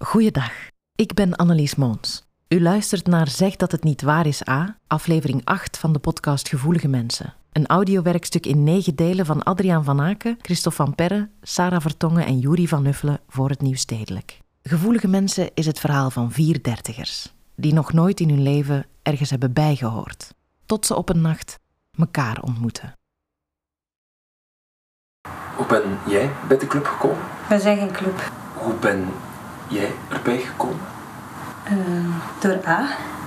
Goeiedag, ik ben Annelies Moons. U luistert naar Zeg dat het niet waar is A, aflevering 8 van de podcast Gevoelige Mensen. Een audiowerkstuk in 9 delen van Adriaan van Aken, Christophe van Perre, Sarah Vertongen en Juri van Nuffelen voor het Nieuwstedelijk. Gevoelige Mensen is het verhaal van 4 dertigers, die nog nooit in hun leven ergens hebben bijgehoord, tot ze op een nacht mekaar ontmoeten. Hoe ben jij bij de club gekomen? Wij zijn geen club. Hoe ben jij erbij gekomen? Door A.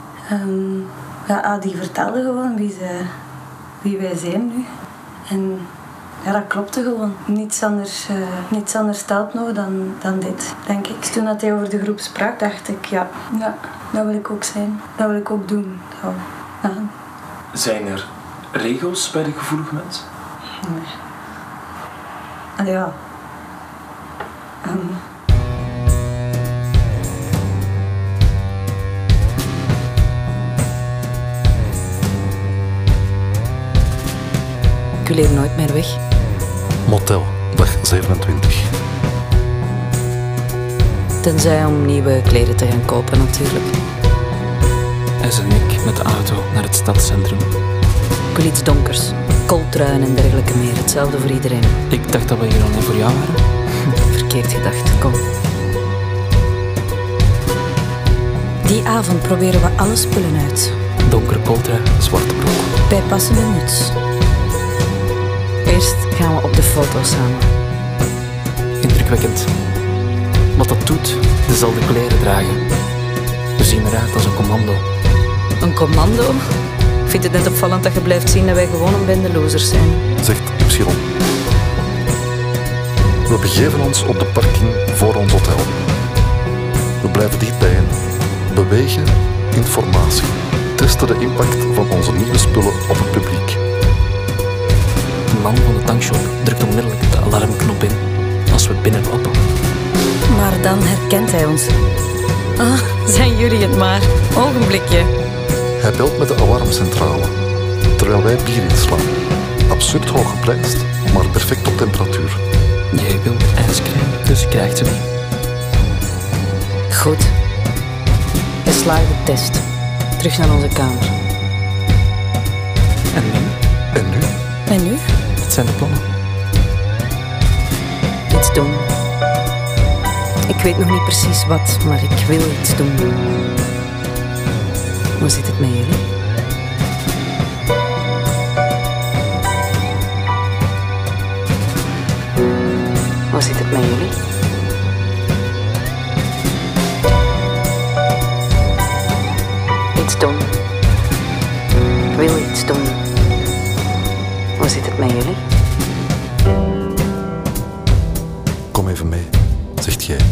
A die vertelde gewoon wie wij zijn nu. En ja, dat klopte gewoon. Niets anders stelt nog dan dit, denk ik. Toen dat hij over de groep sprak, dacht ik, ja, dat wil ik ook zijn. Dat wil ik ook doen. Ja. Zijn er regels bij de gevoelige mensen? Nee. Allee, ja. Ik wil hier nooit meer weg. Motel, dag 27. Tenzij om nieuwe kleren te gaan kopen natuurlijk. S en ik met de auto naar het stadscentrum. Ik wil iets donkers, kooltruien en dergelijke meer. Hetzelfde voor iedereen. Ik dacht dat we hier alleen voor jou waren. Verkeerd gedacht, kom. Die avond proberen we alle spullen uit. Donkere kooltrui, zwarte broek. Bij passende muts. Eerst gaan we op de foto samen. Indrukwekkend. Wat dat doet, dezelfde kleren dragen. We zien eruit als een commando. Een commando? Ik vind het net opvallend dat je blijft zien dat wij gewoon een bende losers zijn. Zegt Y. We begeven ons op de parking voor ons hotel. We blijven dicht bij hen. Bewegen, informatie. Testen de impact van onze nieuwe spullen op het publiek. De man van de tankshop drukt onmiddellijk de alarmknop in als we binnenlopen. Maar dan herkent hij ons. Zijn jullie het maar? Ogenblikje. Hij belt met de alarmcentrale, terwijl wij bier inslaan. Absurd hoog geprijsd, maar perfect op temperatuur. Jij wil ijscream, dus je krijgt ze niet. Goed. Geslaagde test. Terug naar onze kamer. En nu? En nu? En nu? Wat zijn de plannen? Iets doen. Ik weet nog niet precies wat, maar ik wil iets doen. Hoe zit het met jullie? Hoe zit het met jullie? Iets doen. Ik wil iets doen. Hoe zit het met jullie? Kom even mee, zegt jij.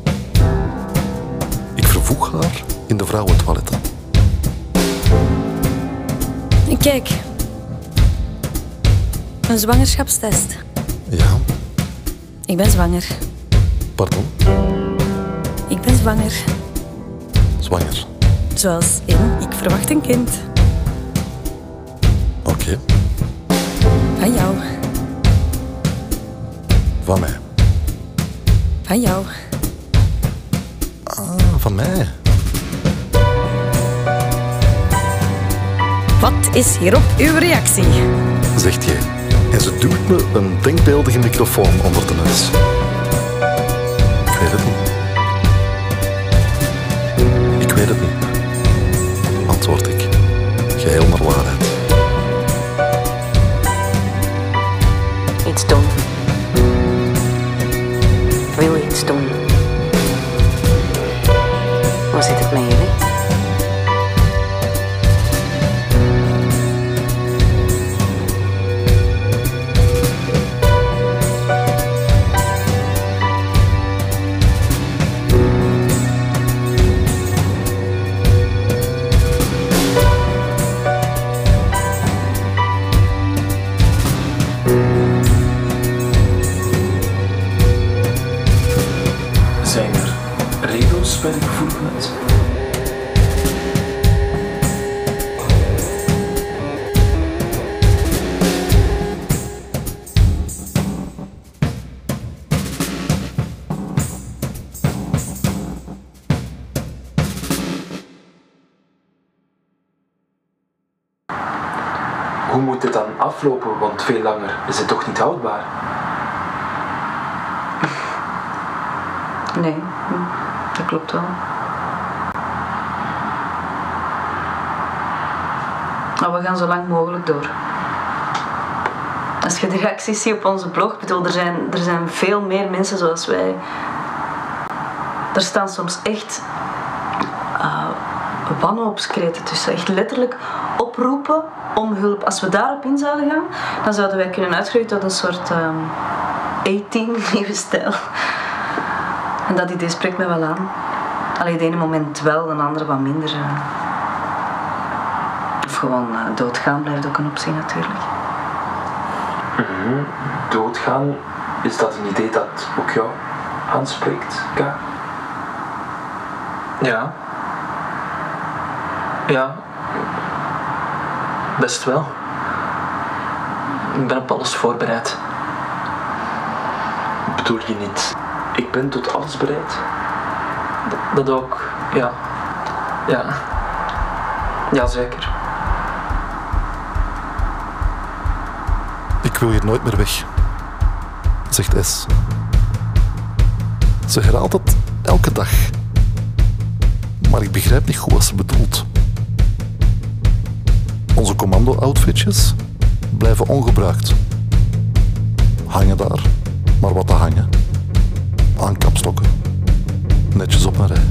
Ik vervoeg haar in de vrouwentoiletten. Kijk. Een zwangerschapstest. Ja, Ik ben zwanger. pardon, Ik ben zwanger. zwanger. Zoals in, ik verwacht een kind. Oké, Van jou. van mij. Van jou. Van mij. Wat is hierop uw reactie? Zegt jij. En ze duwt me een denkbeeldige microfoon onder de neus. Ik weet het niet. Ik weet het niet. Antwoord ik. Geheel naar waarheid. Iets doen. Ik wil iets doen. Hoe zit het met jullie? Zijn er regels bij de gevoelige mensen? Hoe moet het dan aflopen? Want veel langer is het toch niet houdbaar? Nee, dat klopt wel. Maar we gaan zo lang mogelijk door. Als je de reacties ziet op onze blog, bedoel, er zijn veel meer mensen zoals wij. Er staan soms echt wanhoopskreten tussen. Echt letterlijk oproepen om hulp. Als we daarop in zouden gaan, dan zouden wij kunnen uitgroeien tot een soort A-team, nieuwe stijl. En dat idee spreekt mij wel aan. Alleen het ene moment wel, de andere wat minder. Of gewoon doodgaan blijft ook een optie natuurlijk. Doodgaan, is dat een idee dat ook jou aanspreekt, Ka? Ja. Ja. Best wel. Ik ben op alles voorbereid. Bedoel je niet, ik ben tot alles bereid? Dat ook, ja. Ja. Ja, zeker. Ik wil hier nooit meer weg, zegt S. Ze herhaalt het elke dag. Maar ik begrijp niet goed wat ze bedoelt. Onze commando-outfitjes blijven ongebruikt. Hangen daar, maar wat te hangen. Aan kapstokken. Netjes op een rij.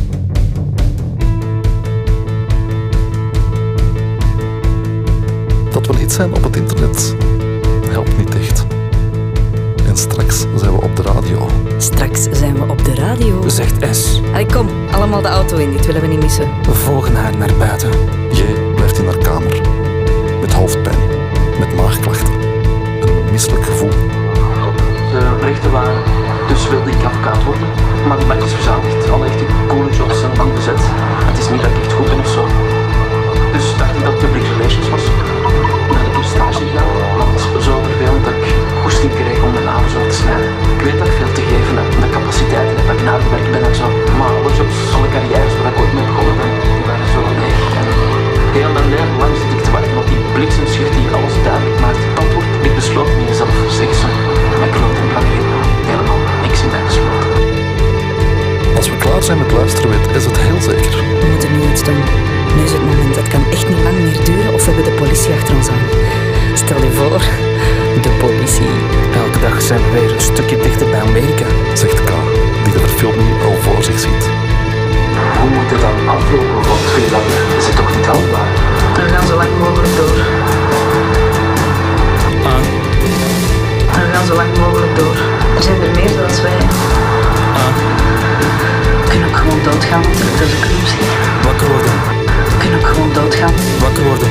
Dat we niet zijn op het internet helpt niet echt. En straks zijn we op de radio. Straks zijn we op de radio. Zegt S. Allee, kom, allemaal de auto in, dit willen we niet missen. We volgen haar naar buiten. Jij blijft in haar kamer. Met hoofdpijn. Met maagklachten. Een misselijk gevoel. De berichten waren, dus wilde ik advocaat worden, maar de bank is verzadigd. Alle echte coole jobs zijn lang bezet. Het is niet dat ik echt goed ben of zo. Dus dacht ik dat public relations was. Dan heb ik een stage gedaan, maar het was zo vervelend dat ik goesting kreeg om mijn avond zo te snijden. Ik weet dat ik veel te geven heb, de capaciteiten heb, dat ik naar het werk ben en zo. Maar alle jobs, alle carrières waar ik ooit mee begonnen ben, die waren zo leeg. En heel mijn leven lang zit ik te wachten op die bliksemschicht die alles duidelijk maakt. Het antwoord ligt besloten in jezelf, zeggen ze. Maar ik geloof in belangrijk. Helemaal niks in mij besloten. Als we klaar zijn met luisteren, weet is het heel zeker. We moeten nu iets doen. Nu is het moment, het kan echt niet lang meer duren of we hebben de politie achter ons aan. Stel je voor, de politie. Elke dag zijn we weer een stukje dichter bij Amerika. Zegt K, die de verfilming al voor zich ziet. Hoe moet het dan aflopen? Want veel langer is het toch niet houdbaar? We gaan zo lang mogelijk door. We gaan zo lang mogelijk door. Er zijn er meer zoals wij. We kunnen ook gewoon doodgaan natuurlijk, dat is ook een optie. Wakker worden. We kunnen ook gewoon doodgaan. Wakker worden.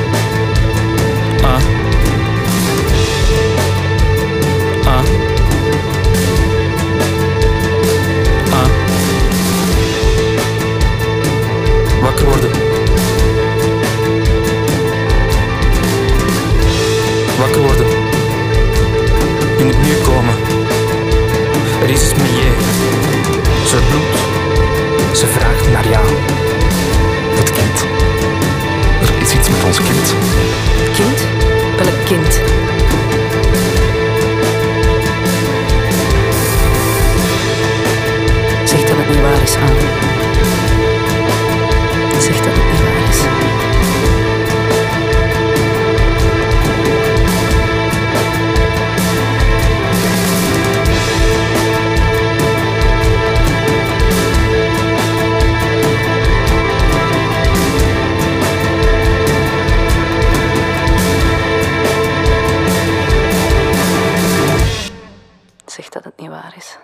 Wakker worden. Wakker worden. Je moet nu komen. Er is iets met je. Ze bloedt. Ze vraagt naar jou. Het kind. Er is iets met ons kind. Kind? Welk kind? Zeg dat het niet waar is, Anne. Zeg dat het niet waar is. Zeg dat het niet waar is.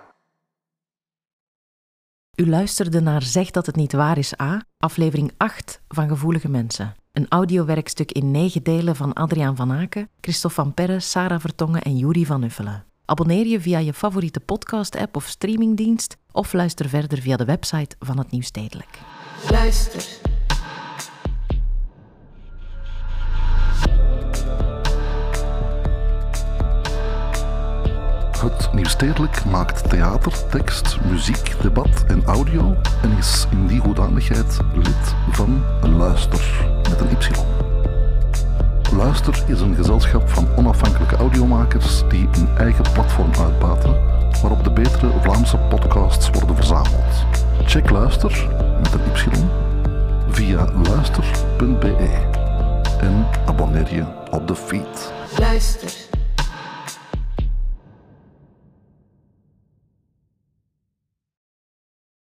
U luisterde naar Zeg dat het niet waar is, A, aflevering 8 van Gevoelige Mensen. Een audiowerkstuk in 9 delen van Adriaan van Aken, Christophe van Perre, Sarah Vertongen en Juri van Uffelen. Abonneer je via je favoriete podcast-app of streamingdienst of luister verder via de website van het Nieuw Stedelijk. Luister. Het Nieuw Stedelijk maakt theater, tekst, muziek, debat en audio en is in die hoedanigheid lid van Luister met een Y. Luister is een gezelschap van onafhankelijke audiomakers die een eigen platform uitbaten waarop de betere Vlaamse podcasts worden verzameld. Check Luister, met een Y, via luister.be en abonneer je op de feed. Luister.